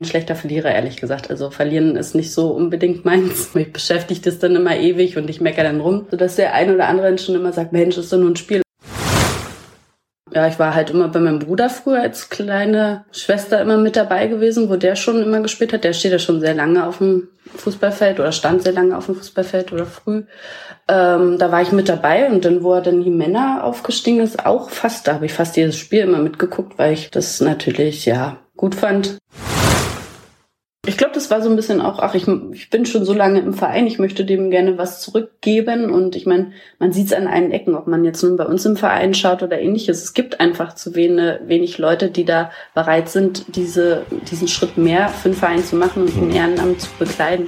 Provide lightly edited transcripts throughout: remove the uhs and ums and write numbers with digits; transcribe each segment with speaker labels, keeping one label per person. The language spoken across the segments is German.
Speaker 1: ein schlechter Verlierer, ehrlich gesagt. Also verlieren ist nicht so unbedingt meins. Mich beschäftigt das dann immer ewig und ich meckere dann rum, sodass der ein oder andere schon immer sagt, Mensch, ist doch nur ein Spiel. Ja, ich war halt immer bei meinem Bruder früher als kleine Schwester immer mit dabei gewesen, wo der schon immer gespielt hat. Der steht ja schon sehr lange auf dem Fußballfeld oder stand sehr lange auf dem Fußballfeld oder früh. Da war ich mit dabei und dann, wo er dann die Männer aufgestiegen ist, da habe ich fast jedes Spiel immer mitgeguckt, weil ich das natürlich, ja, gut fand. Ich glaube, das war so ein bisschen auch, ich bin schon so lange im Verein, ich möchte dem gerne was zurückgeben und ich meine, man sieht es an allen Ecken, ob man jetzt nun bei uns im Verein schaut oder ähnliches. Es gibt einfach zu wenig Leute, die da bereit sind, diesen Schritt mehr für den Verein zu machen und ein Ehrenamt zu bekleiden.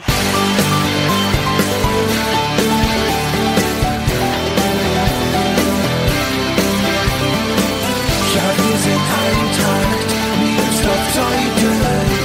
Speaker 2: Ja, wir sind Eintracht, Mirsdorf heute.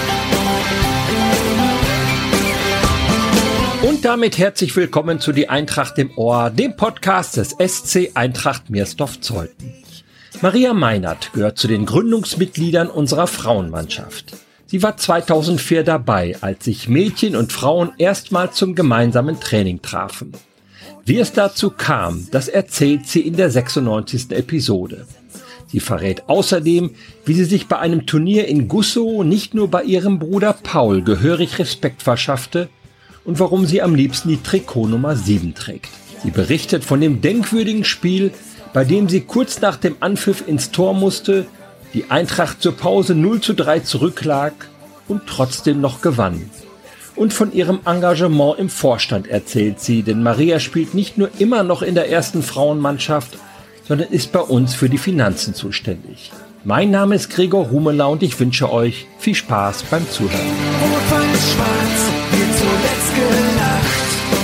Speaker 3: Und damit herzlich willkommen zu Die Eintracht im Ohr, dem Podcast des SC Eintracht Meersdorf-Zeuthen. Maria Meinert gehört zu den Gründungsmitgliedern unserer Frauenmannschaft. Sie war 2004 dabei, als sich Mädchen und Frauen erstmals zum gemeinsamen Training trafen. Wie es dazu kam, das erzählt sie in der 96. Episode. Sie verrät außerdem, wie sie sich bei einem Turnier in Gussow nicht nur bei ihrem Bruder Paul gehörig Respekt verschaffte, und warum sie am liebsten die Trikot Nummer 7 trägt. Sie berichtet von dem denkwürdigen Spiel, bei dem sie kurz nach dem Anpfiff ins Tor musste, die Eintracht zur Pause 0:3 zurücklag und trotzdem noch gewann. Und von ihrem Engagement im Vorstand erzählt sie, denn Maria spielt nicht nur immer noch in der ersten Frauenmannschaft, sondern ist bei uns für die Finanzen zuständig. Mein Name ist Gregor Humeler und ich wünsche euch viel Spaß beim Zuhören.
Speaker 2: Rot-Weiß-Schwarz wird zuletzt gelacht.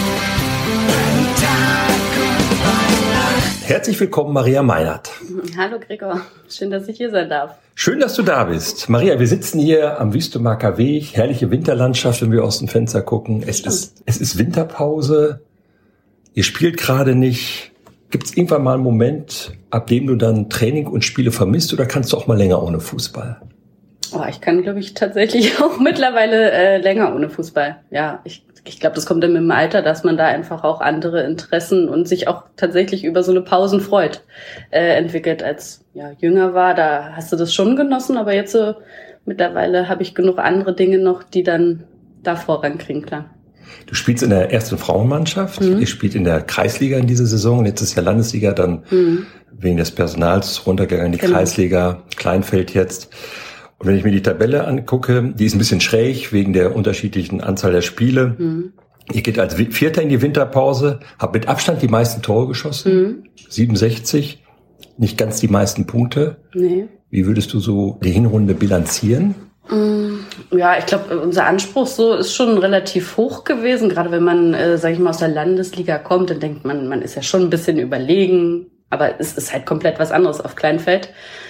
Speaker 2: Bei Tag und bei Nacht.
Speaker 3: Herzlich willkommen, Maria Meinert.
Speaker 1: Hallo Gregor, schön, dass ich hier sein darf.
Speaker 3: Schön, dass du da bist. Maria, wir sitzen hier am Wüstemarker Weg, herrliche Winterlandschaft, wenn wir aus dem Fenster gucken. Es ist Winterpause, ihr spielt gerade nicht. Gibt es irgendwann mal einen Moment, ab dem du dann Training und Spiele vermisst, oder kannst du auch mal länger ohne Fußball?
Speaker 1: Oh, ich kann, glaube ich, tatsächlich auch mittlerweile länger ohne Fußball. Ja, ich glaube, das kommt dann mit dem Alter, dass man da einfach auch andere Interessen und sich auch tatsächlich über so eine Pausen freut, entwickelt. Als jünger war, da hast du das schon genossen, aber jetzt mittlerweile habe ich genug andere Dinge noch, die dann da Vorrang kriegen, klar.
Speaker 4: Du spielst in der ersten Frauenmannschaft, ihr spielt in der Kreisliga in dieser Saison, letztes Jahr Landesliga, dann wegen des Personals runtergegangen, die Kreisliga, Kleinfeld jetzt. Und wenn ich mir die Tabelle angucke, die ist ein bisschen schräg wegen der unterschiedlichen Anzahl der Spiele. Ihr geht als Vierter in die Winterpause, habt mit Abstand die meisten Tore geschossen, 67, nicht ganz die meisten Punkte. Nee. Wie würdest du so die Hinrunde bilanzieren?
Speaker 1: Ja, ich glaube, unser Anspruch ist schon relativ hoch gewesen. Gerade wenn man, sag ich mal, aus der Landesliga kommt, dann denkt man, man ist ja schon ein bisschen überlegen. Aber es ist halt komplett was anderes auf Kleinfeld.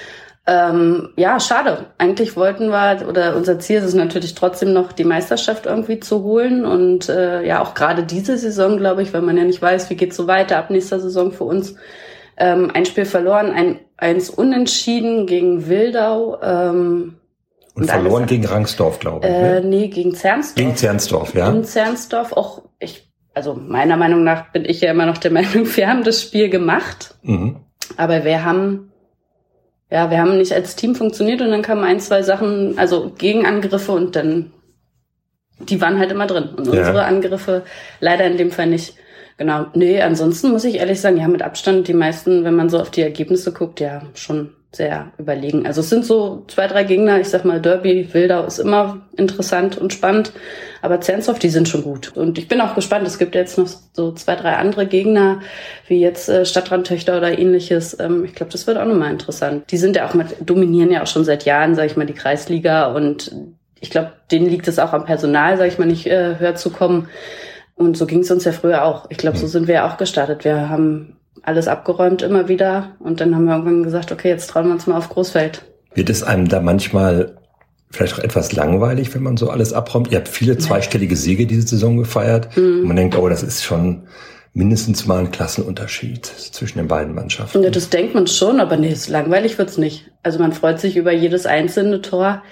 Speaker 1: Ja, schade. Eigentlich wollten wir, oder unser Ziel ist es natürlich trotzdem noch, die Meisterschaft irgendwie zu holen. Und auch gerade diese Saison, glaube ich, weil man ja nicht weiß, wie geht's so weiter ab nächster Saison für uns. Ein Spiel verloren, eins unentschieden gegen Wildau.
Speaker 4: Und verloren gegen Rangsdorf, glaube ich. Ne?
Speaker 1: Nee, gegen Zernsdorf.
Speaker 4: Gegen Zernsdorf, ja.
Speaker 1: In Zernsdorf auch, also meiner Meinung nach bin ich ja immer noch der Meinung, wir haben das Spiel gemacht. Aber wir haben nicht als Team funktioniert und dann kamen 1, 2 Sachen, also Gegenangriffe und dann, die waren halt immer drin. Und unsere Angriffe leider in dem Fall nicht. Genau. Nee, ansonsten muss ich ehrlich sagen, ja, mit Abstand die meisten, wenn man so auf die Ergebnisse guckt, ja, schon sehr überlegen. Also es sind so 2, 3 Gegner, ich sag mal Derby, Wildau ist immer interessant und spannend, aber Zernsdorf, die sind schon gut. Und ich bin auch gespannt, es gibt jetzt noch so 2, 3 andere Gegner, wie jetzt Stadtrandtöchter oder ähnliches. Ich glaube, das wird auch nochmal interessant. Die sind ja auch dominieren ja auch schon seit Jahren, sag ich mal, die Kreisliga und ich glaube, denen liegt es auch am Personal, sag ich mal, nicht höher zu kommen. Und so ging es uns ja früher auch. Ich glaube, so sind wir ja auch gestartet. Wir haben alles abgeräumt immer wieder und dann haben wir irgendwann gesagt, okay, jetzt trauen wir uns mal auf Großfeld.
Speaker 4: Wird es einem da manchmal vielleicht auch etwas langweilig, wenn man so alles abräumt? Ihr habt viele zweistellige Siege diese Saison gefeiert und man denkt, oh, das ist schon mindestens mal ein Klassenunterschied zwischen den beiden Mannschaften.
Speaker 1: Ja, das denkt man schon, aber nee, langweilig wird's nicht. Also man freut sich über jedes einzelne Tor.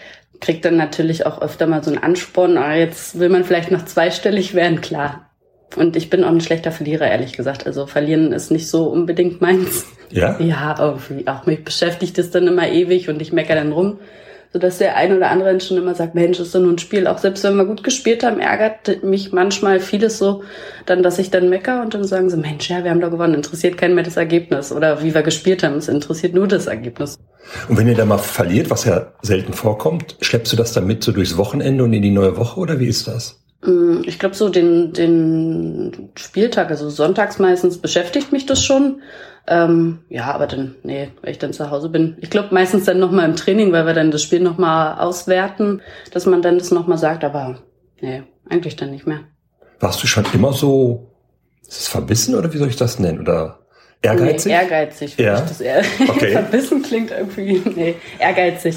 Speaker 1: kriege dann natürlich auch öfter mal so einen Ansporn, jetzt will man vielleicht noch zweistellig werden, klar. Und ich bin auch ein schlechter Verlierer, ehrlich gesagt. Also verlieren ist nicht so unbedingt meins.
Speaker 4: Ja?
Speaker 1: Ja, irgendwie. Auch mich beschäftigt es dann immer ewig und ich meckere dann rum. Sodass der ein oder andere dann schon immer sagt, Mensch, ist doch nur ein Spiel. Auch selbst wenn wir gut gespielt haben, ärgert mich manchmal vieles so, dann, dass ich dann meckere und dann sagen sie, Mensch, ja, wir haben doch gewonnen, interessiert keinen mehr das Ergebnis. Oder wie wir gespielt haben, es interessiert nur das Ergebnis.
Speaker 4: Und wenn ihr da mal verliert, was ja selten vorkommt, schleppst du das dann mit so durchs Wochenende und in die neue Woche oder wie ist das?
Speaker 1: Ich glaube, so den Spieltag, also sonntags meistens beschäftigt mich das schon. Ja, aber dann, wenn ich dann zu Hause bin. Ich glaube meistens dann nochmal im Training, weil wir dann das Spiel nochmal auswerten, dass man dann das nochmal sagt, aber eigentlich dann nicht mehr.
Speaker 4: Warst du schon immer so, ist es verbissen oder wie soll ich das nennen? Oder ehrgeizig?
Speaker 1: Nee, ehrgeizig.
Speaker 4: Ja.
Speaker 1: Ich das eher.
Speaker 4: Okay.
Speaker 1: Verbissen klingt irgendwie, ehrgeizig.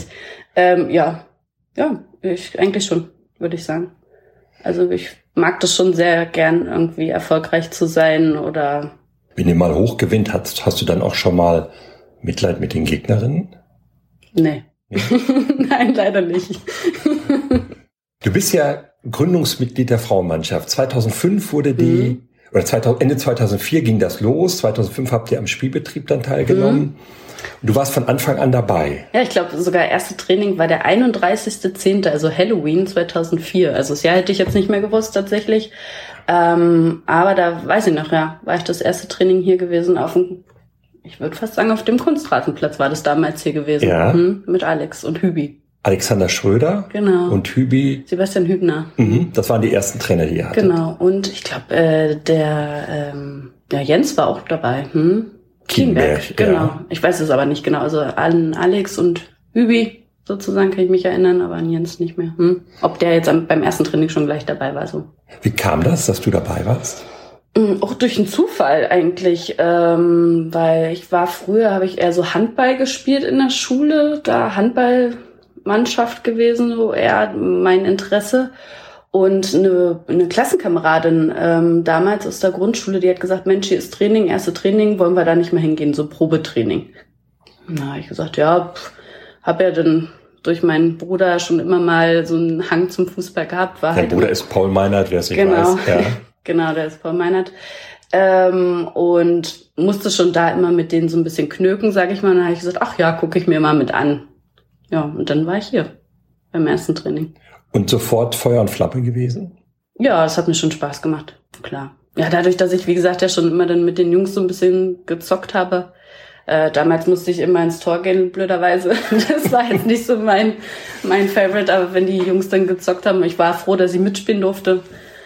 Speaker 1: Ich eigentlich schon, würde ich sagen. Also ich mag das schon sehr gern, irgendwie erfolgreich zu sein oder...
Speaker 4: Wenn ihr mal hoch gewinnt, hast du dann auch schon mal Mitleid mit den Gegnerinnen?
Speaker 1: Nee. Nein, leider nicht.
Speaker 4: Du bist ja Gründungsmitglied der Frauenmannschaft. 2005 wurde Ende 2004 ging das los. 2005 habt ihr am Spielbetrieb dann teilgenommen. Und du warst von Anfang an dabei.
Speaker 1: Ja, ich glaube, sogar erste Training war der 31.10., also Halloween 2004. Also das Jahr hätte ich jetzt nicht mehr gewusst tatsächlich. Aber da weiß ich noch, war ich das erste Training hier gewesen ich würde fast sagen, auf dem Kunstrasenplatz war das damals hier gewesen.
Speaker 4: Ja.
Speaker 1: Mit Alex und Hübi.
Speaker 4: Alexander Schröder.
Speaker 1: Genau.
Speaker 4: Und Hübi.
Speaker 1: Sebastian Hübner.
Speaker 4: Das waren die ersten Trainer, die ihr hattet.
Speaker 1: Genau. Und ich glaube, der Jens war auch dabei. Kienberg, genau.
Speaker 4: Ja.
Speaker 1: Ich weiß es aber nicht genau. Also an Alex und Hübi sozusagen kann ich mich erinnern, aber an Jens nicht mehr. Ob der jetzt beim ersten Training schon gleich dabei war, so.
Speaker 4: Wie kam das, dass du dabei warst?
Speaker 1: Auch durch einen Zufall eigentlich, weil früher habe ich eher so Handball gespielt in der Schule, da Handballmannschaft gewesen, so eher mein Interesse. Und eine Klassenkameradin damals aus der Grundschule, die hat gesagt, Mensch, hier ist Training, erste Training, wollen wir da nicht mehr hingehen, so Probetraining. Na, hab ich gesagt, ja, hab ja dann durch meinen Bruder schon immer mal so einen Hang zum Fußball gehabt.
Speaker 4: Dein Bruder ist Paul Meinert, wer es nicht weiß. Ja.
Speaker 1: Genau, der ist Paul Meinert. Und musste schon da immer mit denen so ein bisschen knöken, sage ich mal. Und dann habe ich gesagt, ach ja, gucke ich mir mal mit an. Ja, und dann war ich hier beim ersten Training.
Speaker 4: Und sofort Feuer und Flamme gewesen?
Speaker 1: Ja, es hat mir schon Spaß gemacht, klar. Ja, dadurch, dass ich, wie gesagt, ja schon immer dann mit den Jungs so ein bisschen gezockt habe. Damals musste ich immer ins Tor gehen, blöderweise. Das war jetzt nicht so mein Favorite, aber wenn die Jungs dann gezockt haben, ich war froh, dass ich mitspielen durfte,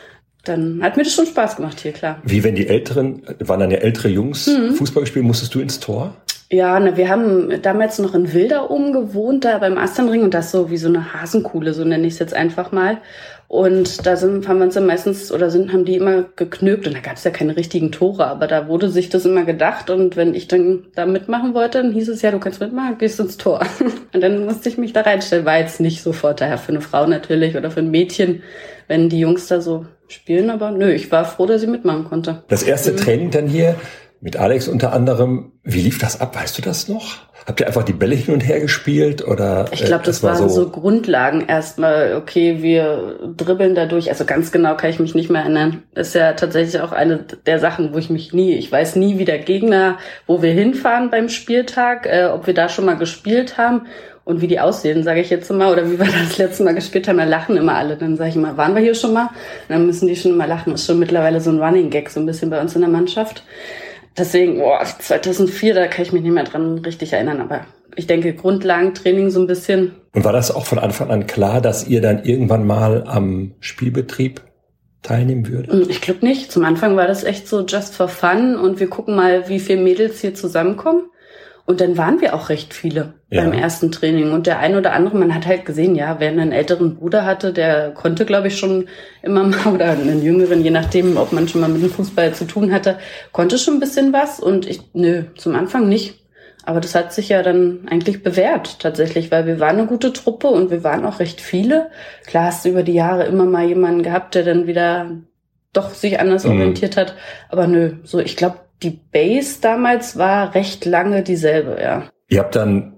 Speaker 1: dann hat mir das schon Spaß gemacht hier, klar.
Speaker 4: Wie wenn die waren dann ja ältere Jungs Fußball gespielt, musstest du ins Tor?
Speaker 1: Ja, wir haben damals noch in Wilderoben gewohnt, da beim Asternring, und das so wie so eine Hasenkuhle, so nenne ich es jetzt einfach mal. Und da haben wir uns dann meistens, haben die immer geknöpt, und da gab es ja keine richtigen Tore, aber da wurde sich das immer gedacht, und wenn ich dann da mitmachen wollte, dann hieß es, ja, du kannst mitmachen, gehst ins Tor. Und dann musste ich mich da reinstellen, war jetzt nicht sofort daher für eine Frau natürlich oder für ein Mädchen, wenn die Jungs da so spielen, aber nö, ich war froh, dass ich mitmachen konnte.
Speaker 4: Das erste Training dann hier mit Alex unter anderem, wie lief das ab, weißt du das noch? Habt ihr einfach die Bälle hin und her gespielt oder?
Speaker 1: Ich glaube, das waren so Grundlagen erstmal. Okay, wir dribbeln dadurch. Also ganz genau kann ich mich nicht mehr erinnern. Ist ja tatsächlich auch eine der Sachen, wo ich weiß nie, wie der Gegner, wo wir hinfahren beim Spieltag, ob wir da schon mal gespielt haben und wie die aussehen, sage ich jetzt mal, oder wie wir das letzte Mal gespielt haben. Da lachen immer alle. Dann sage ich immer, waren wir hier schon mal? Und dann müssen die schon immer lachen. Das ist schon mittlerweile so ein Running Gag so ein bisschen bei uns in der Mannschaft. Deswegen, 2004, da kann ich mich nicht mehr dran richtig erinnern, aber ich denke, Grundlagentraining so ein bisschen.
Speaker 4: Und war das auch von Anfang an klar, dass ihr dann irgendwann mal am Spielbetrieb teilnehmen würdet?
Speaker 1: Ich glaube nicht. Zum Anfang war das echt so just for fun und wir gucken mal, wie viele Mädels hier zusammenkommen. Und dann waren wir auch recht viele beim ersten Training. Und der ein oder andere, man hat halt gesehen, ja, wer einen älteren Bruder hatte, der konnte, glaube ich, schon immer mal, oder einen jüngeren, je nachdem, ob man schon mal mit dem Fußball zu tun hatte, konnte schon ein bisschen was. Und zum Anfang nicht. Aber das hat sich ja dann eigentlich bewährt, tatsächlich, weil wir waren eine gute Truppe und wir waren auch recht viele. Klar hast du über die Jahre immer mal jemanden gehabt, der dann wieder doch sich anders orientiert hat. Aber ich glaube, die Base damals war recht lange dieselbe, ja.
Speaker 4: Ihr habt dann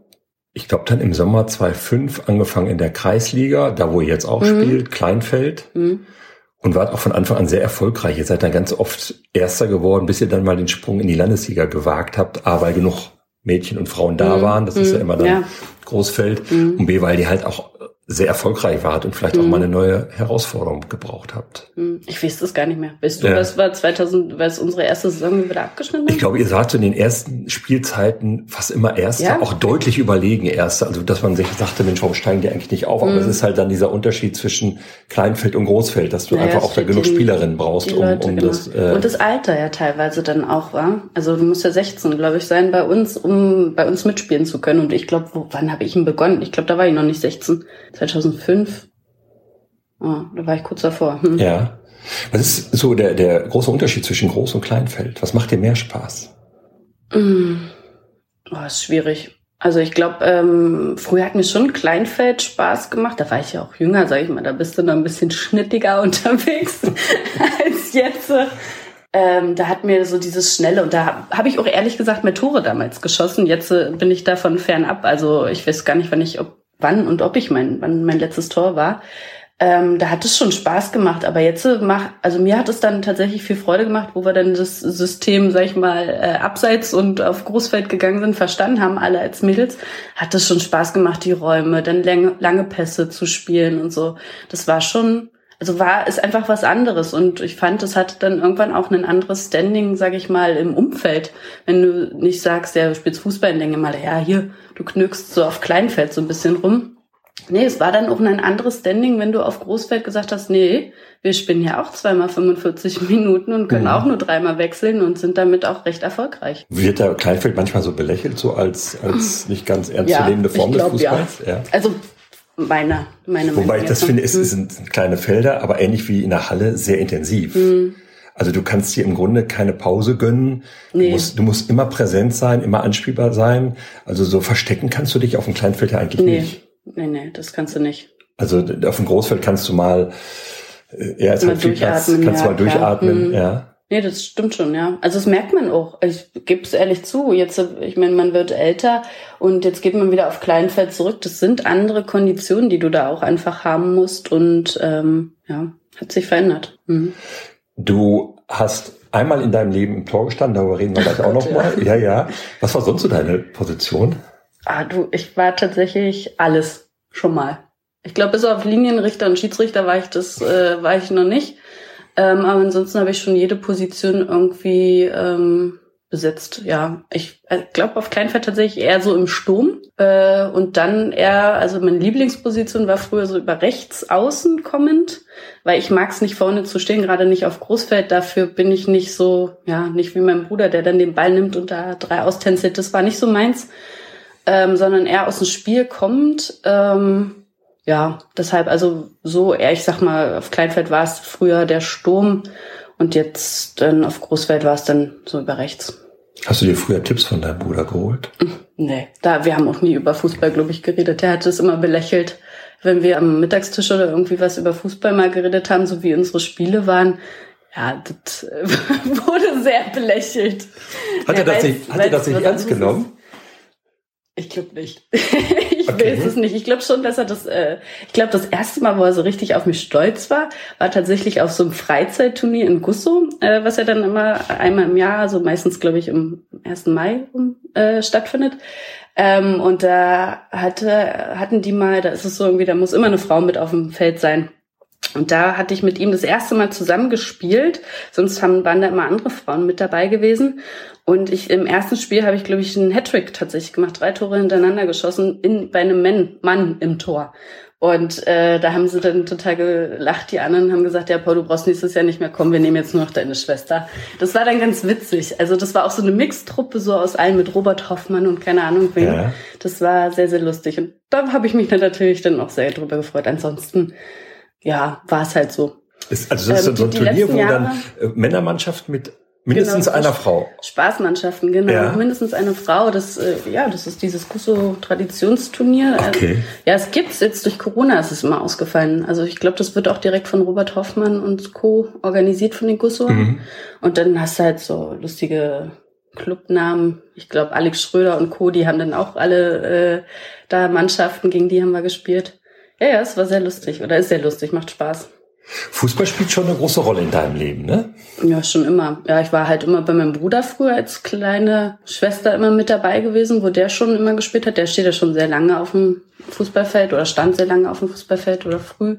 Speaker 4: ich glaube, dann im Sommer 2005 angefangen in der Kreisliga, da wo ihr jetzt auch spielt, Kleinfeld. Und wart auch von Anfang an sehr erfolgreich. Ihr seid dann ganz oft Erster geworden, bis ihr dann mal den Sprung in die Landesliga gewagt habt. A, weil genug Mädchen und Frauen da waren. Das ist ja immer dann Großfeld. Und B, weil die halt auch sehr erfolgreich wart und vielleicht auch mal eine neue Herausforderung gebraucht habt.
Speaker 1: Ich weiß das gar nicht mehr. Weißt du, was war 2000, was unsere erste Saison, wie wir da abgeschnitten haben?
Speaker 4: Ich glaube, ihr seid in den ersten Spielzeiten fast immer Erster, auch deutlich überlegen Erster. Also, dass man sich sagte, Mensch, warum steigen die eigentlich nicht auf? Aber es ist halt dann dieser Unterschied zwischen Kleinfeld und Großfeld, dass du einfach auch da genug Spielerinnen brauchst, um das...
Speaker 1: Und das Alter ja teilweise dann auch, war. Also, du musst ja 16, glaube ich, sein bei uns, um bei uns mitspielen zu können. Und ich glaube, wann habe ich ihn begonnen? Ich glaube, da war ich noch nicht 16. 2005. Oh, da war ich kurz davor.
Speaker 4: Ja. Was ist so der große Unterschied zwischen Groß- und Kleinfeld? Was macht dir mehr Spaß?
Speaker 1: Ist schwierig. Also ich glaube, früher hat mir schon Kleinfeld Spaß gemacht. Da war ich ja auch jünger, sag ich mal. Da bist du noch ein bisschen schnittiger unterwegs als jetzt. Da hat mir so dieses Schnelle, und da habe ich auch ehrlich gesagt mehr Tore damals geschossen. Jetzt bin ich davon fernab. Also ich weiß gar nicht, wann und ob ich wann mein letztes Tor war. Da hat es schon Spaß gemacht, aber jetzt also mir hat es dann tatsächlich viel Freude gemacht, wo wir dann das System, sag ich mal, abseits und auf Großfeld gegangen sind, verstanden haben, alle als Mädels, hat es schon Spaß gemacht, die Räume, dann lange Pässe zu spielen und so. Das war schon, ist einfach was anderes, und ich fand, es hat dann irgendwann auch ein anderes Standing, sag ich mal, im Umfeld. Wenn du nicht sagst, ja, du spielst Fußball, dann denke mal, ja, hier, du knirkst so auf Kleinfeld so ein bisschen rum. Nee, es war dann auch ein anderes Standing, wenn du auf Großfeld gesagt hast, nee, wir spielen ja auch 2x 45 Minuten und können auch nur 3-mal wechseln und sind damit auch recht erfolgreich.
Speaker 4: Wird der Kleinfeld manchmal so belächelt, so als nicht ganz ernstzunehmende Form des Fußballs? Ja.
Speaker 1: Also meine
Speaker 4: Wobei ich das finde, es sind kleine Felder, aber ähnlich wie in der Halle sehr intensiv. Also du kannst dir im Grunde keine Pause gönnen. Nee. Du musst immer präsent sein, immer anspielbar sein. Also so verstecken kannst du dich auf dem Kleinfeld ja eigentlich nicht.
Speaker 1: Nee, das kannst du nicht.
Speaker 4: Also auf dem Großfeld kannst du mal als Halbspielplatz kannst du mal durchatmen, ja.
Speaker 1: Nee, das stimmt schon, ja. Also das merkt man auch. Ich gebe es ehrlich zu. Jetzt, ich meine, man wird älter und jetzt geht man wieder auf Kleinfeld zurück. Das sind andere Konditionen, die du da auch einfach haben musst, und hat sich verändert.
Speaker 4: Du hast einmal in deinem Leben im Tor gestanden, darüber reden wir gleich auch noch mal. Ja. Was war sonst so deine Position?
Speaker 1: Ich war tatsächlich alles schon mal. Ich glaube, bis auf Linienrichter und Schiedsrichter war ich noch nicht. Aber ansonsten habe ich schon jede Position irgendwie besetzt. Ja, ich glaube auf Kleinfeld tatsächlich eher so im Sturm. Und dann eher, also meine Lieblingsposition war früher so über rechts außen kommend, weil ich mag es nicht vorne zu stehen, gerade nicht auf Großfeld. Dafür bin ich nicht so, nicht wie mein Bruder, der dann den Ball nimmt und da 3 austänzelt. Das war nicht so meins. Sondern eher aus dem Spiel kommt. Deshalb, also so eher, ich sag mal, auf Kleinfeld war es früher der Sturm und jetzt dann auf Großfeld war es dann so über rechts.
Speaker 4: Hast du dir früher Tipps von deinem Bruder geholt?
Speaker 1: Nee, wir haben auch nie über Fußball, glaube ich, geredet. Der hat es immer belächelt, wenn wir am Mittagstisch oder irgendwie was über Fußball mal geredet haben, so wie unsere Spiele waren. Ja, das wurde sehr belächelt.
Speaker 4: Hat er das nicht ernst genommen?
Speaker 1: Ich glaube nicht. Ich weiß es nicht. Ich glaube schon, dass er das erste Mal, wo er so richtig auf mich stolz war tatsächlich auf so einem Freizeitturnier in Gusso, was ja dann immer einmal im Jahr, so meistens, glaube ich, im 1. Mai stattfindet. Und da hatten die mal, da ist es so irgendwie, da muss immer eine Frau mit auf dem Feld sein. Und da hatte ich mit ihm das erste Mal zusammen gespielt, sonst waren da immer andere Frauen mit dabei gewesen. Und im ersten Spiel habe ich, glaube ich, einen Hattrick tatsächlich gemacht, 3 Tore hintereinander geschossen bei einem Mann im Tor. Und da haben sie dann total gelacht, die anderen haben gesagt, ja Paul, du brauchst nächstes Jahr nicht mehr kommen, wir nehmen jetzt nur noch deine Schwester. Das war dann ganz witzig. Also das war auch so eine Mixtruppe so aus allen mit Robert Hoffmann und keine Ahnung wem. Ja. Das war sehr, sehr lustig. Und da habe ich mich dann natürlich dann auch sehr drüber gefreut. Ansonsten war es halt so.
Speaker 4: Das ist so ein Turnier, wo dann Männermannschaft mit mindestens einer Frau.
Speaker 1: Spaßmannschaften, genau. Ja. Mindestens eine Frau. Das ist dieses Gusso-Traditionsturnier.
Speaker 4: Okay.
Speaker 1: Es gibt's jetzt durch Corona, ist es immer ausgefallen. Also ich glaube, das wird auch direkt von Robert Hoffmann und Co. organisiert von den Gusso. Und dann hast du halt so lustige Clubnamen. Ich glaube, Alex Schröder und Co., die haben dann auch alle da Mannschaften, gegen die haben wir gespielt. Ja, es war sehr lustig oder ist sehr lustig, macht Spaß.
Speaker 4: Fußball spielt schon eine große Rolle in deinem Leben, ne?
Speaker 1: Ja, schon immer. Ja, ich war halt immer bei meinem Bruder früher als kleine Schwester immer mit dabei gewesen, wo der schon immer gespielt hat. Der steht ja schon sehr lange auf dem Fußballfeld oder stand sehr lange auf dem Fußballfeld oder früh.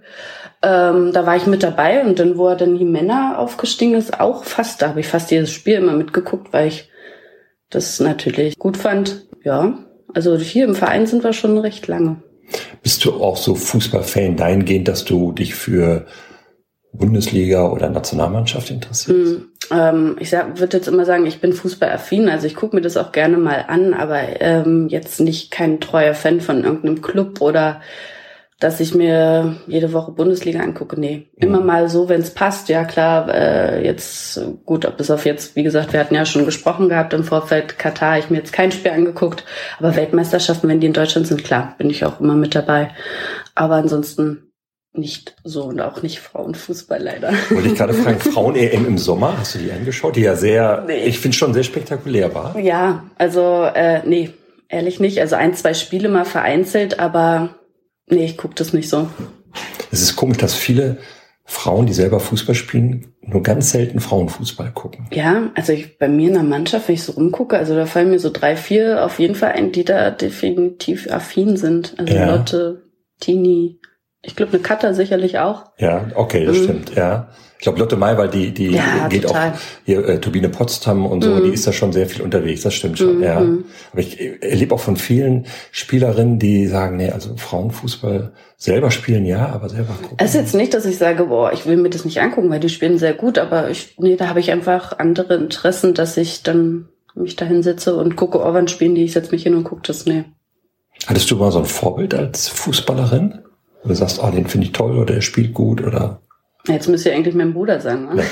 Speaker 1: Da war ich mit dabei und dann, wo er dann die Männer aufgestiegen ist, da habe ich fast jedes Spiel immer mitgeguckt, weil ich das natürlich gut fand. Ja, also hier im Verein sind wir schon recht lange.
Speaker 4: Bist du auch so Fußballfan dahingehend, dass du dich für Bundesliga oder Nationalmannschaft interessierst?
Speaker 1: Ich würde jetzt immer sagen, ich bin fußballaffin, also ich gucke mir das auch gerne mal an, aber jetzt nicht kein treuer Fan von irgendeinem Club oder dass ich mir jede Woche Bundesliga angucke. Nee, immer mal so, wenn es passt. Ja klar, jetzt gut, bis auf jetzt, wie gesagt, wir hatten ja schon gesprochen gehabt im Vorfeld Katar, ich mir jetzt kein Spiel angeguckt, aber Weltmeisterschaften, wenn die in Deutschland sind, klar, bin ich auch immer mit dabei. Aber ansonsten nicht so und auch nicht Frauenfußball leider.
Speaker 4: Wollte ich gerade fragen, Frauen-EM im Sommer, hast du die angeschaut? Die ja sehr, ich finde schon sehr spektakulär war.
Speaker 1: Ja, also nee, ehrlich nicht. Also 1-2 Spiele mal vereinzelt, aber nee, ich gucke das nicht so.
Speaker 4: Es ist komisch, dass viele Frauen, die selber Fußball spielen, nur ganz selten Frauenfußball gucken.
Speaker 1: Ja, also bei mir in der Mannschaft, wenn ich so rumgucke, also da fallen mir so 3, 4 auf jeden Fall ein, die da definitiv affin sind. Also ja. Lotte, Tini, ich glaube eine Katha sicherlich auch.
Speaker 4: Ja, okay, das stimmt, ja. Ich glaube Lotte Maywald, die ja, geht total. Auch hier Turbine Potsdam und so, die ist da schon sehr viel unterwegs, das stimmt schon, ja. Aber ich erlebe auch von vielen Spielerinnen, die sagen, nee, also Frauenfußball selber spielen, ja, aber selber gucken.
Speaker 1: Es ist jetzt nicht, dass ich sage, boah, ich will mir das nicht angucken, weil die spielen sehr gut, aber da habe ich einfach andere Interessen, dass ich dann mich da hinsetze und gucke, oh, wann spielen die, ich setze mich hin und gucke das, nee.
Speaker 4: Hattest du mal so ein Vorbild als Fußballerin? Wo du sagst, den finde ich toll oder er spielt gut oder?
Speaker 1: Jetzt müsste ja eigentlich mein Bruder sagen, ne?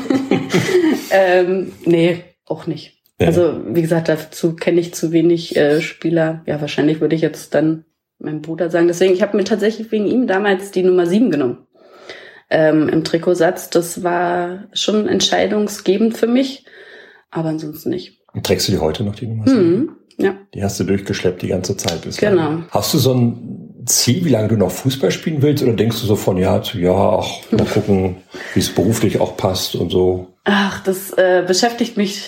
Speaker 1: Nee, auch nicht. Ja. Also, wie gesagt, dazu kenne ich zu wenig Spieler. Ja, wahrscheinlich würde ich jetzt dann meinen Bruder sagen. Deswegen, ich habe mir tatsächlich wegen ihm damals die Nummer 7 genommen. Im Trikotsatz. Das war schon entscheidungsgebend für mich, aber ansonsten nicht.
Speaker 4: Und trägst du die heute noch, die Nummer 7?
Speaker 1: Ja.
Speaker 4: Die hast du durchgeschleppt die ganze Zeit bislang.
Speaker 1: Genau.
Speaker 4: Hast du so ein Ziel, wie lange du noch Fußball spielen willst, oder denkst du so von Jahr zu Jahr, mal gucken, wie es beruflich auch passt und so?
Speaker 1: Ach, das beschäftigt mich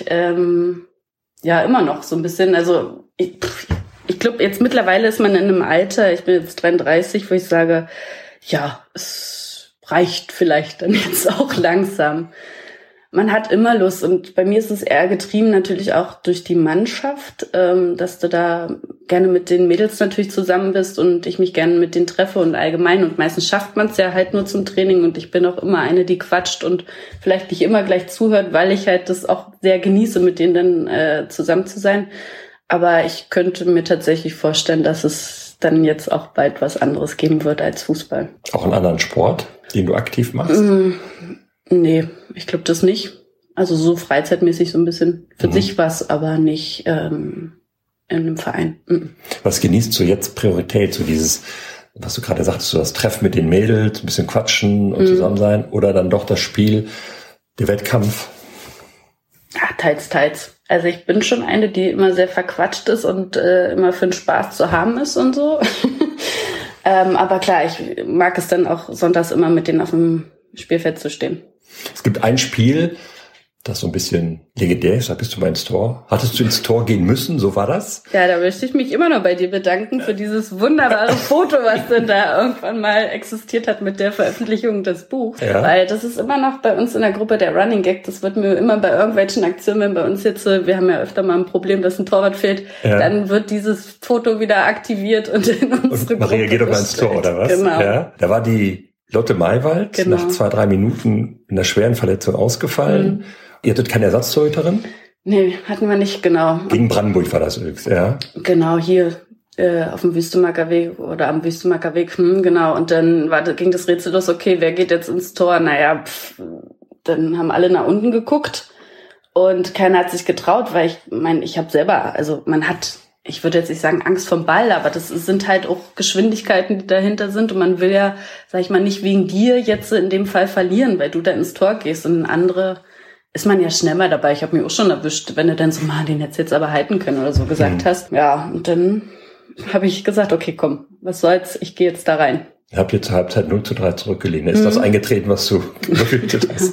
Speaker 1: ja immer noch so ein bisschen. Also ich glaube, jetzt mittlerweile ist man in einem Alter, ich bin jetzt 33, wo ich sage, ja, es reicht vielleicht dann jetzt auch langsam. Man hat immer Lust und bei mir ist es eher getrieben natürlich auch durch die Mannschaft, dass du da gerne mit den Mädels natürlich zusammen bist und ich mich gerne mit denen treffe und allgemein und meistens schafft man es ja halt nur zum Training und ich bin auch immer eine, die quatscht und vielleicht nicht immer gleich zuhört, weil ich halt das auch sehr genieße, mit denen dann zusammen zu sein. Aber ich könnte mir tatsächlich vorstellen, dass es dann jetzt auch bald was anderes geben wird als Fußball.
Speaker 4: Auch einen anderen Sport, den du aktiv machst?
Speaker 1: Nee, ich glaube das nicht. Also so freizeitmäßig so ein bisschen für sich was, aber nicht in einem Verein.
Speaker 4: Was genießt du jetzt Priorität? So dieses, was du gerade sagtest, so das Treffen mit den Mädels, ein bisschen quatschen und zusammen sein oder dann doch das Spiel, der Wettkampf?
Speaker 1: Ja, teils. Also ich bin schon eine, die immer sehr verquatscht ist und immer für den Spaß zu haben ist und so. Aber klar, ich mag es dann auch sonntags immer mit denen auf dem Spielfeld zu stehen.
Speaker 4: Es gibt ein Spiel, das so ein bisschen legendär ist, da bist du mal ins Tor. Hattest du ins Tor gehen müssen, so war das?
Speaker 1: Ja, da möchte ich mich immer noch bei dir bedanken für dieses wunderbare Foto, was denn da irgendwann mal existiert hat mit der Veröffentlichung des Buchs. Ja. Weil das ist immer noch bei uns in der Gruppe der Running Gag, das wird mir immer bei irgendwelchen Aktionen, wenn bei uns jetzt, wir haben ja öfter mal ein Problem, dass ein Torwart fehlt, dann wird dieses Foto wieder aktiviert und in unsere
Speaker 4: und Maria
Speaker 1: Gruppe
Speaker 4: geht doch mal ins Tor, oder was?
Speaker 1: Genau.
Speaker 4: Ja, da war die Lotte Maywald nach 2-3 Minuten in einer schweren Verletzung ausgefallen. Ihr hattet keine Ersatztorhüterin?
Speaker 1: Nee, hatten wir nicht, genau.
Speaker 4: Gegen Brandenburg war das übrigens, ja? Genau,
Speaker 1: hier auf dem Wüstemarker Weg oder am Wüstemarker Weg, genau. Und dann ging das Rätsel los, okay, wer geht jetzt ins Tor? Naja, dann haben alle nach unten geguckt und keiner hat sich getraut, weil ich habe selber, also man hat, ich würde jetzt nicht sagen Angst vom Ball, aber das sind halt auch Geschwindigkeiten, die dahinter sind und man will ja, sag ich mal, nicht wegen dir jetzt in dem Fall verlieren, weil du da ins Tor gehst und ein andere ist man ja schnell mal dabei. Ich habe mich auch schon erwischt, wenn du dann so, den hättest du jetzt aber halten können oder so gesagt hast. Ja, und dann habe ich gesagt, okay, komm, was soll's, ich gehe jetzt da rein.
Speaker 4: Ich habe jetzt zur Halbzeit 0:3 zurückgelegen. Ist das eingetreten, was du befürchtet hast?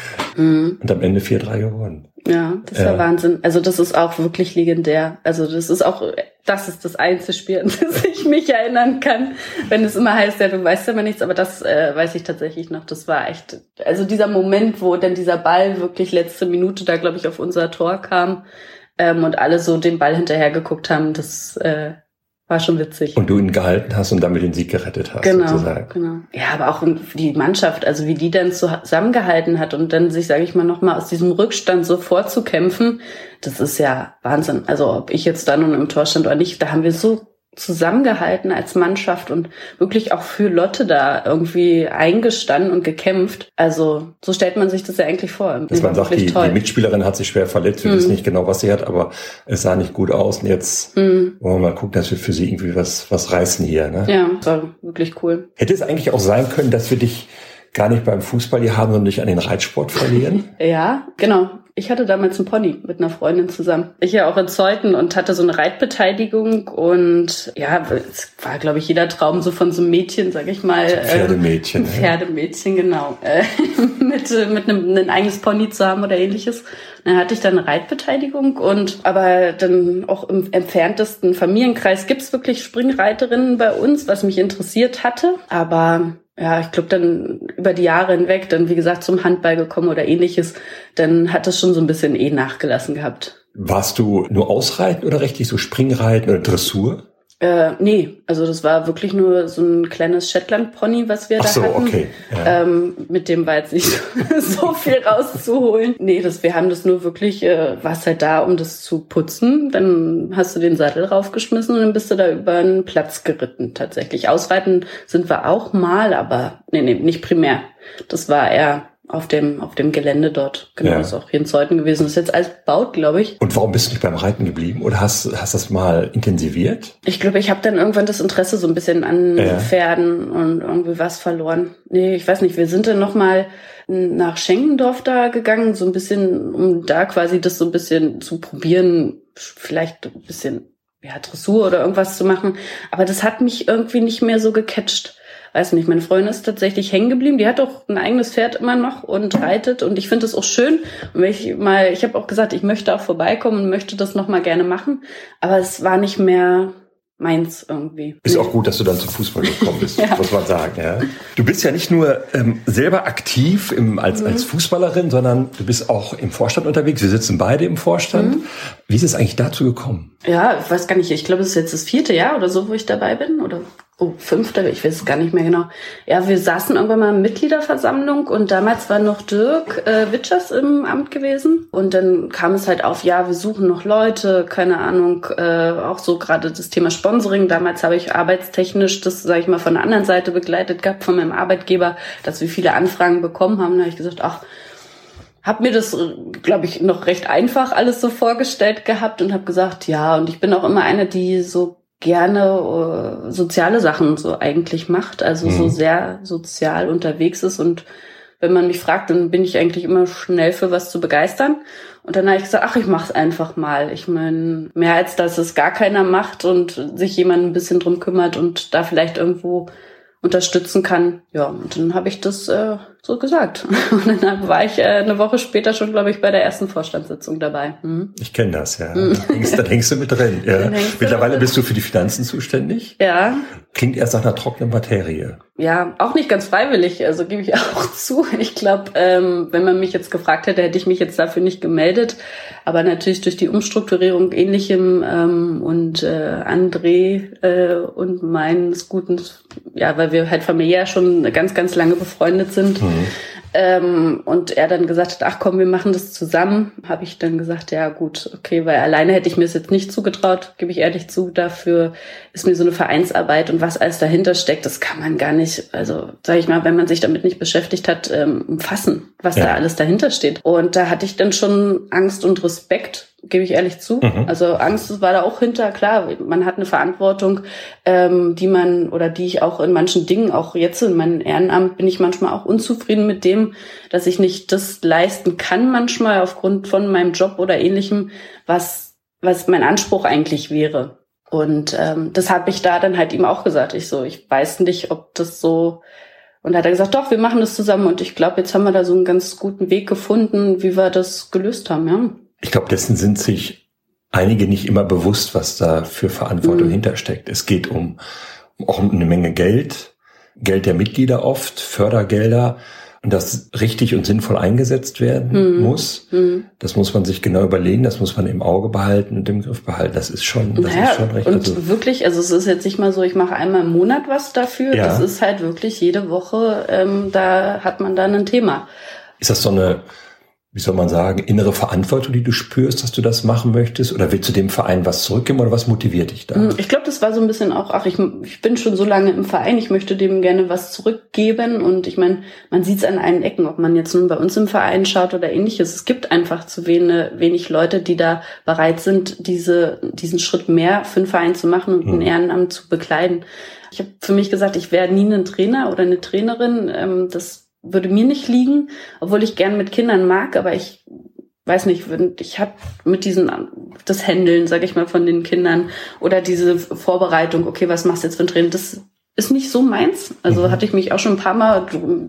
Speaker 4: Und am Ende 4:3 gewonnen.
Speaker 1: Ja, das war Wahnsinn. Also das ist auch wirklich legendär. Also das ist das einzige Spiel, an das ich mich erinnern kann. Wenn es immer heißt, ja, du weißt ja immer nichts, aber das weiß ich tatsächlich noch. Das war echt, also dieser Moment, wo dann dieser Ball wirklich letzte Minute da, glaube ich, auf unser Tor kam und alle so den Ball hinterher geguckt haben, das war schon witzig.
Speaker 4: Und du ihn gehalten hast und damit den Sieg gerettet hast, sozusagen. Genau.
Speaker 1: Ja, aber auch die Mannschaft, also wie die dann zusammengehalten hat und dann sich, sage ich mal, nochmal aus diesem Rückstand so vorzukämpfen, das ist ja Wahnsinn. Also ob ich jetzt da nun im Tor stand oder nicht, da haben wir so zusammengehalten als Mannschaft und wirklich auch für Lotte da irgendwie eingestanden und gekämpft. Also so stellt man sich das ja eigentlich vor.
Speaker 4: Dass man sagt, die Mitspielerin hat sich schwer verletzt, wir wissen nicht genau, was sie hat, aber es sah nicht gut aus und jetzt wollen wir mal gucken, dass wir für sie irgendwie was reißen hier. Ne?
Speaker 1: Ja, das war wirklich cool.
Speaker 4: Hätte es eigentlich auch sein können, dass wir dich gar nicht beim Fußball hier haben, sondern dich an den Reitsport verlieren?
Speaker 1: Ja, genau. Ich hatte damals einen Pony mit einer Freundin zusammen. Ich ja auch in Zeuthen und hatte so eine Reitbeteiligung und ja, es war, glaube ich, jeder Traum so von so einem Mädchen, sag ich mal.
Speaker 4: Pferdemädchen.
Speaker 1: Pferdemädchen, genau. Mit einem eigenes Pony zu haben oder ähnliches. Dann hatte ich dann eine Reitbeteiligung aber dann auch im entferntesten Familienkreis gibt's wirklich Springreiterinnen bei uns, was mich interessiert hatte. Aber ja, ich glaube dann über die Jahre hinweg, dann wie gesagt zum Handball gekommen oder ähnliches, dann hat das schon so ein bisschen nachgelassen gehabt.
Speaker 4: Warst du nur Ausreiten oder richtig so Springreiten oder Dressur?
Speaker 1: Nee, also das war wirklich nur so ein kleines Shetland-Pony, was wir da hatten.
Speaker 4: Okay. Ja.
Speaker 1: Mit dem war jetzt nicht so viel rauszuholen. Nee, wir haben das nur wirklich, warst halt da, um das zu putzen. Dann hast du den Sattel raufgeschmissen und dann bist du da über einen Platz geritten tatsächlich. Ausreiten sind wir auch mal, aber nee, nicht primär. Das war eher auf dem Gelände dort. Genau, ja. Ist auch hier in Zeuthen gewesen. Das ist jetzt alles gebaut, glaube ich.
Speaker 4: Und warum bist du nicht beim Reiten geblieben? Oder hast das mal intensiviert?
Speaker 1: Ich glaube, ich habe dann irgendwann das Interesse so ein bisschen an Pferden und irgendwie was verloren. Nee, ich weiß nicht. Wir sind dann nochmal nach Schenkendorf da gegangen, so ein bisschen, um da quasi das so ein bisschen zu probieren, vielleicht ein bisschen Dressur oder irgendwas zu machen. Aber das hat mich irgendwie nicht mehr so gecatcht. Weiß nicht, meine Freundin ist tatsächlich hängen geblieben. Die hat auch ein eigenes Pferd immer noch und reitet. Und ich finde das auch schön. Und ich habe auch gesagt, ich möchte auch vorbeikommen und möchte das noch mal gerne machen. Aber es war nicht mehr meins irgendwie.
Speaker 4: Ist auch gut, dass du dann zum Fußball gekommen bist, muss man sagen. Ja. Du bist ja nicht nur selber aktiv als Fußballerin, sondern du bist auch im Vorstand unterwegs. Wir sitzen beide im Vorstand. Wie ist es eigentlich dazu gekommen?
Speaker 1: Ja, ich weiß gar nicht. Ich glaube, es ist jetzt das 4. Jahr oder so, wo ich dabei bin. Oder 5. Ich weiß es gar nicht mehr genau. Ja, wir saßen irgendwann mal in Mitgliederversammlung und damals war noch Dirk Witschers im Amt gewesen. Und dann kam es halt auf, wir suchen noch Leute, keine Ahnung, auch so gerade das Thema Sponsoring. Damals habe ich arbeitstechnisch das, sage ich mal, von der anderen Seite begleitet gehabt, von meinem Arbeitgeber, dass wir viele Anfragen bekommen haben. Da habe ich gesagt, hab mir das, glaube ich, noch recht einfach alles so vorgestellt gehabt und habe gesagt, ja, und ich bin auch immer eine, die so gerne soziale Sachen so eigentlich macht, also so sehr sozial unterwegs ist und wenn man mich fragt, dann bin ich eigentlich immer schnell für was zu begeistern und dann habe ich gesagt, ich mach's einfach mal. Ich meine, mehr als dass es gar keiner macht und sich jemand ein bisschen drum kümmert und da vielleicht irgendwo unterstützen kann. Ja, und dann habe ich das so gesagt. Und dann war ich eine Woche später schon, glaube ich, bei der ersten Vorstandssitzung dabei.
Speaker 4: Ich kenne das, ja. Da hängst du mit drin. Ja. Mittlerweile bist du für die Finanzen zuständig.
Speaker 1: Ja.
Speaker 4: Klingt erst nach einer trockenen Materie.
Speaker 1: Ja, auch nicht ganz freiwillig, also gebe ich auch zu. Ich glaube, wenn man mich jetzt gefragt hätte, hätte ich mich jetzt dafür nicht gemeldet. Aber natürlich durch die Umstrukturierung Ähnlichem und André und meines guten, weil wir halt familiär schon ganz, ganz lange befreundet sind. Und er dann gesagt hat, komm, wir machen das zusammen, habe ich dann gesagt, ja gut, okay, weil alleine hätte ich mir es jetzt nicht zugetraut, gebe ich ehrlich zu, dafür ist mir so eine Vereinsarbeit und was alles dahinter steckt, das kann man gar nicht, also sage ich mal, wenn man sich damit nicht beschäftigt hat, umfassen, was da alles dahinter steht. Und da hatte ich dann schon Angst und Respekt, gebe ich ehrlich zu. Also Angst war da auch hinter, klar, man hat eine Verantwortung, die ich auch in manchen Dingen, auch jetzt in meinem Ehrenamt, bin ich manchmal auch unzufrieden mit dem, dass ich nicht das leisten kann manchmal aufgrund von meinem Job oder Ähnlichem, was mein Anspruch eigentlich wäre. Und das habe ich da dann halt ihm auch gesagt. Ich weiß nicht, ob das so... Und da hat er gesagt, doch, wir machen das zusammen. Und ich glaube, jetzt haben wir da so einen ganz guten Weg gefunden, wie wir das gelöst haben, ja.
Speaker 4: Ich glaube, dessen sind sich einige nicht immer bewusst, was da für Verantwortung hintersteckt. Es geht auch um eine Menge Geld der Mitglieder oft, Fördergelder, und das richtig und sinnvoll eingesetzt werden muss. Das muss man sich genau überlegen, das muss man im Auge behalten und im Griff behalten. Das ist schon recht.
Speaker 1: Und wirklich, also es ist jetzt nicht mal so, ich mache einmal im Monat was dafür. Ja. Das ist halt wirklich jede Woche, da hat man dann ein Thema.
Speaker 4: Ist das so eine, wie soll man sagen, innere Verantwortung, die du spürst, dass du das machen möchtest? Oder willst du dem Verein was zurückgeben oder was motiviert dich da?
Speaker 1: Ich glaube, das war so ein bisschen auch, ich bin schon so lange im Verein, ich möchte dem gerne was zurückgeben. Und ich meine, man sieht es an allen Ecken, ob man jetzt nun bei uns im Verein schaut oder Ähnliches. Es gibt einfach zu wenig Leute, die da bereit sind, diesen Schritt mehr für einen Verein zu machen und ein Ehrenamt zu bekleiden. Ich habe für mich gesagt, ich werde nie ein Trainer oder eine Trainerin, das würde mir nicht liegen, obwohl ich gern mit Kindern mag, aber ich weiß nicht, ich habe mit das Handeln, sage ich mal, von den Kindern oder diese Vorbereitung, okay, was machst du jetzt für ein Training, das ist nicht so meins. Also hatte ich mich auch schon ein paar Mal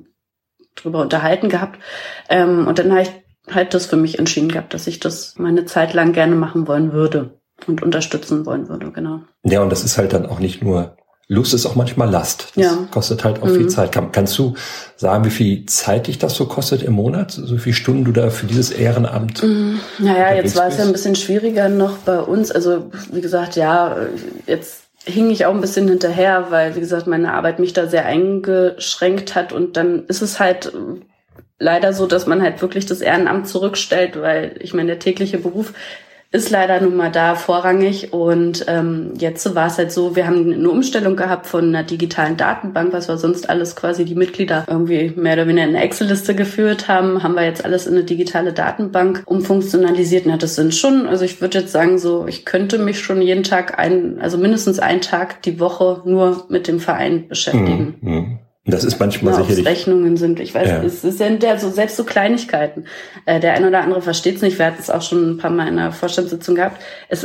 Speaker 1: drüber unterhalten gehabt. Und dann habe ich halt das für mich entschieden gehabt, dass ich das meine Zeit lang gerne machen wollen würde und unterstützen wollen würde, genau.
Speaker 4: Ja, und das ist halt dann auch nicht nur Lust, ist auch manchmal Last. Das kostet halt auch viel Zeit. Kannst du sagen, wie viel Zeit dich das so kostet im Monat? So viele Stunden du da für dieses Ehrenamt?
Speaker 1: Naja, jetzt war es ja ein bisschen schwieriger noch bei uns. Also wie gesagt, jetzt hing ich auch ein bisschen hinterher, weil, wie gesagt, meine Arbeit mich da sehr eingeschränkt hat. Und dann ist es halt leider so, dass man halt wirklich das Ehrenamt zurückstellt, weil ich meine, der tägliche Beruf ist leider nun mal da vorrangig. Und jetzt war es halt so, wir haben eine Umstellung gehabt von einer digitalen Datenbank, was wir sonst alles quasi die Mitglieder irgendwie mehr oder weniger in eine Excel-Liste geführt haben wir jetzt alles in eine digitale Datenbank umfunktionalisiert. Na, das sind schon, also ich würde jetzt sagen so, ich könnte mich schon jeden Tag mindestens einen Tag die Woche nur mit dem Verein beschäftigen.
Speaker 4: Das ist manchmal sicherlich...
Speaker 1: Rechnungen sind, ich weiß, es ist ja selbst so Kleinigkeiten. Der ein oder andere versteht es nicht, wir hatten es auch schon ein paar Mal in einer Vorstandssitzung gehabt. Es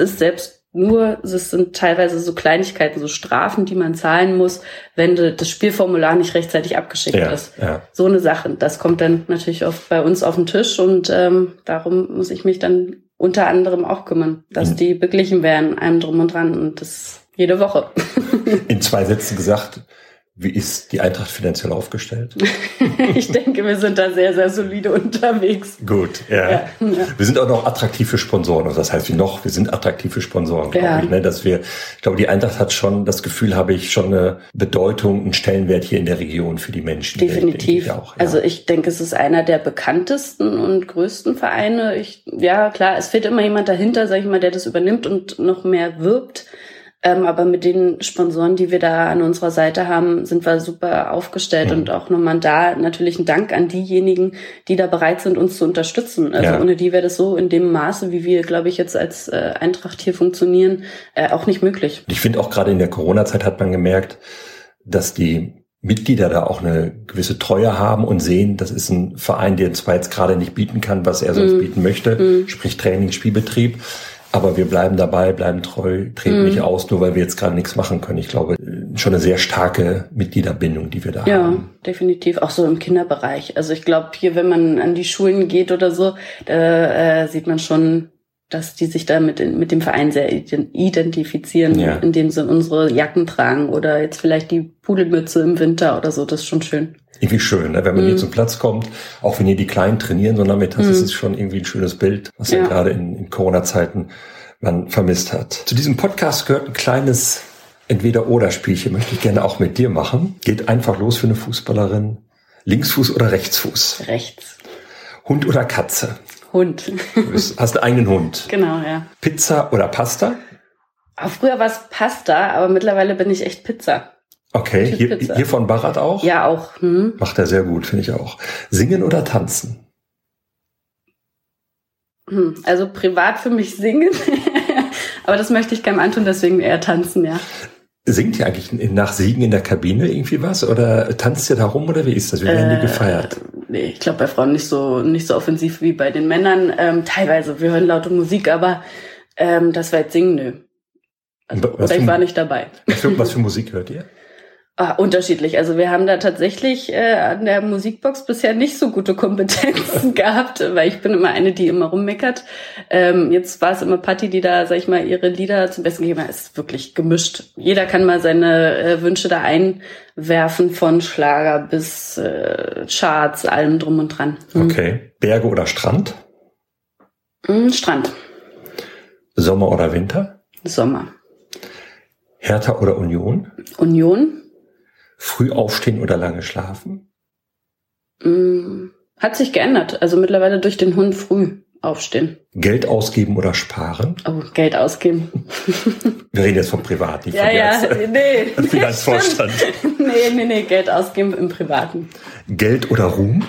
Speaker 1: sind teilweise so Kleinigkeiten, so Strafen, die man zahlen muss, wenn das Spielformular nicht rechtzeitig abgeschickt ist. Ja. So eine Sache. Das kommt dann natürlich oft bei uns auf den Tisch und darum muss ich mich dann unter anderem auch kümmern, dass die beglichen werden, allem drum und dran, und das jede Woche.
Speaker 4: In 2 Sätzen gesagt, wie ist die Eintracht finanziell aufgestellt?
Speaker 1: Ich denke, wir sind da sehr, sehr solide unterwegs.
Speaker 4: Gut, ja. Wir sind auch noch attraktiv für Sponsoren. Also das heißt, wir sind attraktiv für Sponsoren, glaube ich. Ne? Ich glaube, die Eintracht hat schon, das Gefühl habe ich, schon eine Bedeutung, einen Stellenwert hier in der Region für die Menschen.
Speaker 1: Definitiv.
Speaker 4: Auch, ja.
Speaker 1: Also ich denke, es ist einer der bekanntesten und größten Vereine. Klar, es fehlt immer jemand dahinter, sag ich mal, der das übernimmt und noch mehr wirbt. Aber mit den Sponsoren, die wir da an unserer Seite haben, sind wir super aufgestellt und auch nochmal da natürlich ein Dank an diejenigen, die da bereit sind, uns zu unterstützen. Also ohne die wäre das so in dem Maße, wie wir, glaube ich, jetzt als Eintracht hier funktionieren, auch nicht möglich.
Speaker 4: Ich finde auch gerade in der Corona-Zeit hat man gemerkt, dass die Mitglieder da auch eine gewisse Treue haben und sehen, das ist ein Verein, der zwar jetzt gerade nicht bieten kann, was er sonst bieten möchte, sprich Training, Spielbetrieb. Aber wir bleiben dabei, bleiben treu, treten nicht aus, nur weil wir jetzt gerade nichts machen können. Ich glaube, schon eine sehr starke Mitgliederbindung, die wir da haben.
Speaker 1: Ja, definitiv. Auch so im Kinderbereich. Also ich glaube, hier, wenn man an die Schulen geht oder so, da sieht man schon, dass die sich da mit dem Verein sehr identifizieren, indem sie unsere Jacken tragen oder jetzt vielleicht die Pudelmütze im Winter oder so. Das ist schon schön.
Speaker 4: Irgendwie schön, ne? Wenn man hier zum Platz kommt, auch wenn hier die Kleinen trainieren, sondern mit das ist schon irgendwie ein schönes Bild, was ja gerade in Corona-Zeiten man vermisst hat. Zu diesem Podcast gehört ein kleines Entweder-oder-Spielchen, möchte ich gerne auch mit dir machen. Geht einfach los für eine Fußballerin. Linksfuß oder Rechtsfuß?
Speaker 1: Rechts.
Speaker 4: Hund oder Katze?
Speaker 1: Hund.
Speaker 4: Du hast einen eigenen Hund.
Speaker 1: Genau, ja.
Speaker 4: Pizza oder Pasta?
Speaker 1: Auch früher war es Pasta, aber mittlerweile bin ich echt Pizza.
Speaker 4: Okay, hier von Barat auch?
Speaker 1: Ja, auch.
Speaker 4: Macht er sehr gut, finde ich auch. Singen oder tanzen?
Speaker 1: Also privat für mich singen, aber das möchte ich keinem antun, deswegen eher tanzen, ja.
Speaker 4: Singt ihr eigentlich nach Siegen in der Kabine irgendwie was oder tanzt ihr da rum oder wie ist das? Wie werden die gefeiert?
Speaker 1: Nee, ich glaube bei Frauen nicht so offensiv wie bei den Männern. Teilweise, wir hören laute Musik, aber das war jetzt Singen, nö. Also, ich war nicht dabei.
Speaker 4: Was für Musik hört ihr?
Speaker 1: Unterschiedlich. Also wir haben da tatsächlich an der Musikbox bisher nicht so gute Kompetenzen gehabt, weil ich bin immer eine, die immer rummeckert. Jetzt war es immer Patti, die da, sag ich mal, ihre Lieder zum Besten gegeben hat. Es ist wirklich gemischt. Jeder kann mal seine Wünsche da einwerfen, von Schlager bis Charts, allem drum und dran.
Speaker 4: Okay. Berge oder Strand?
Speaker 1: Strand.
Speaker 4: Sommer oder Winter?
Speaker 1: Sommer.
Speaker 4: Hertha oder Union?
Speaker 1: Union.
Speaker 4: Früh aufstehen oder lange schlafen?
Speaker 1: Hat sich geändert. Also mittlerweile durch den Hund früh aufstehen.
Speaker 4: Geld ausgeben oder sparen?
Speaker 1: Oh, Geld ausgeben.
Speaker 4: Wir reden jetzt vom Privat, nicht
Speaker 1: vom
Speaker 4: Finanzvorstand.
Speaker 1: Nee, Geld ausgeben im Privaten.
Speaker 4: Geld oder Ruhm?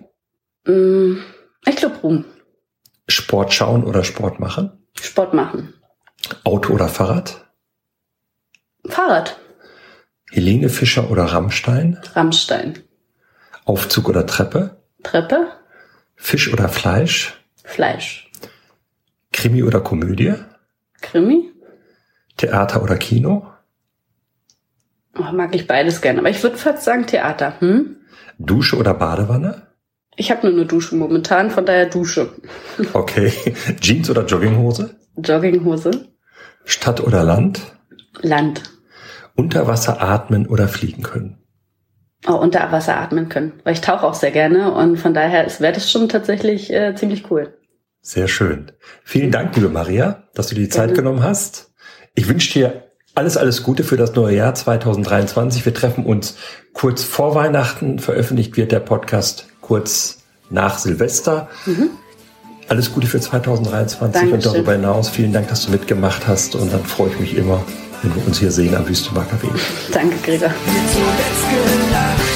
Speaker 1: Ich glaube Ruhm.
Speaker 4: Sport schauen oder Sport machen?
Speaker 1: Sport machen.
Speaker 4: Auto oder Fahrrad?
Speaker 1: Fahrrad.
Speaker 4: Helene Fischer oder Rammstein?
Speaker 1: Rammstein.
Speaker 4: Aufzug oder Treppe?
Speaker 1: Treppe.
Speaker 4: Fisch oder Fleisch?
Speaker 1: Fleisch.
Speaker 4: Krimi oder Komödie?
Speaker 1: Krimi.
Speaker 4: Theater oder Kino?
Speaker 1: Oh, mag ich beides gerne, aber ich würde fast sagen Theater.
Speaker 4: Dusche oder Badewanne?
Speaker 1: Ich habe nur eine Dusche momentan, von daher Dusche.
Speaker 4: Okay. Jeans oder Jogginghose?
Speaker 1: Jogginghose.
Speaker 4: Stadt oder Land?
Speaker 1: Land.
Speaker 4: Unter Wasser atmen oder fliegen können?
Speaker 1: Oh, unter Wasser atmen können, weil ich tauche auch sehr gerne und von daher wäre das schon tatsächlich ziemlich cool.
Speaker 4: Sehr schön. Vielen Dank, liebe Maria, dass du dir die Zeit genommen hast. Ich wünsche dir alles Gute für das neue Jahr 2023. Wir treffen uns kurz vor Weihnachten. Veröffentlicht wird der Podcast kurz nach Silvester. Alles Gute für 2023
Speaker 1: Dankeschön.
Speaker 4: Und darüber hinaus vielen Dank, dass du mitgemacht hast. Und dann freue ich mich immer, wenn wir uns hier sehen am Wüstenmarker Weg.
Speaker 1: Danke, Gregor.
Speaker 2: Wird zuletzt gelacht.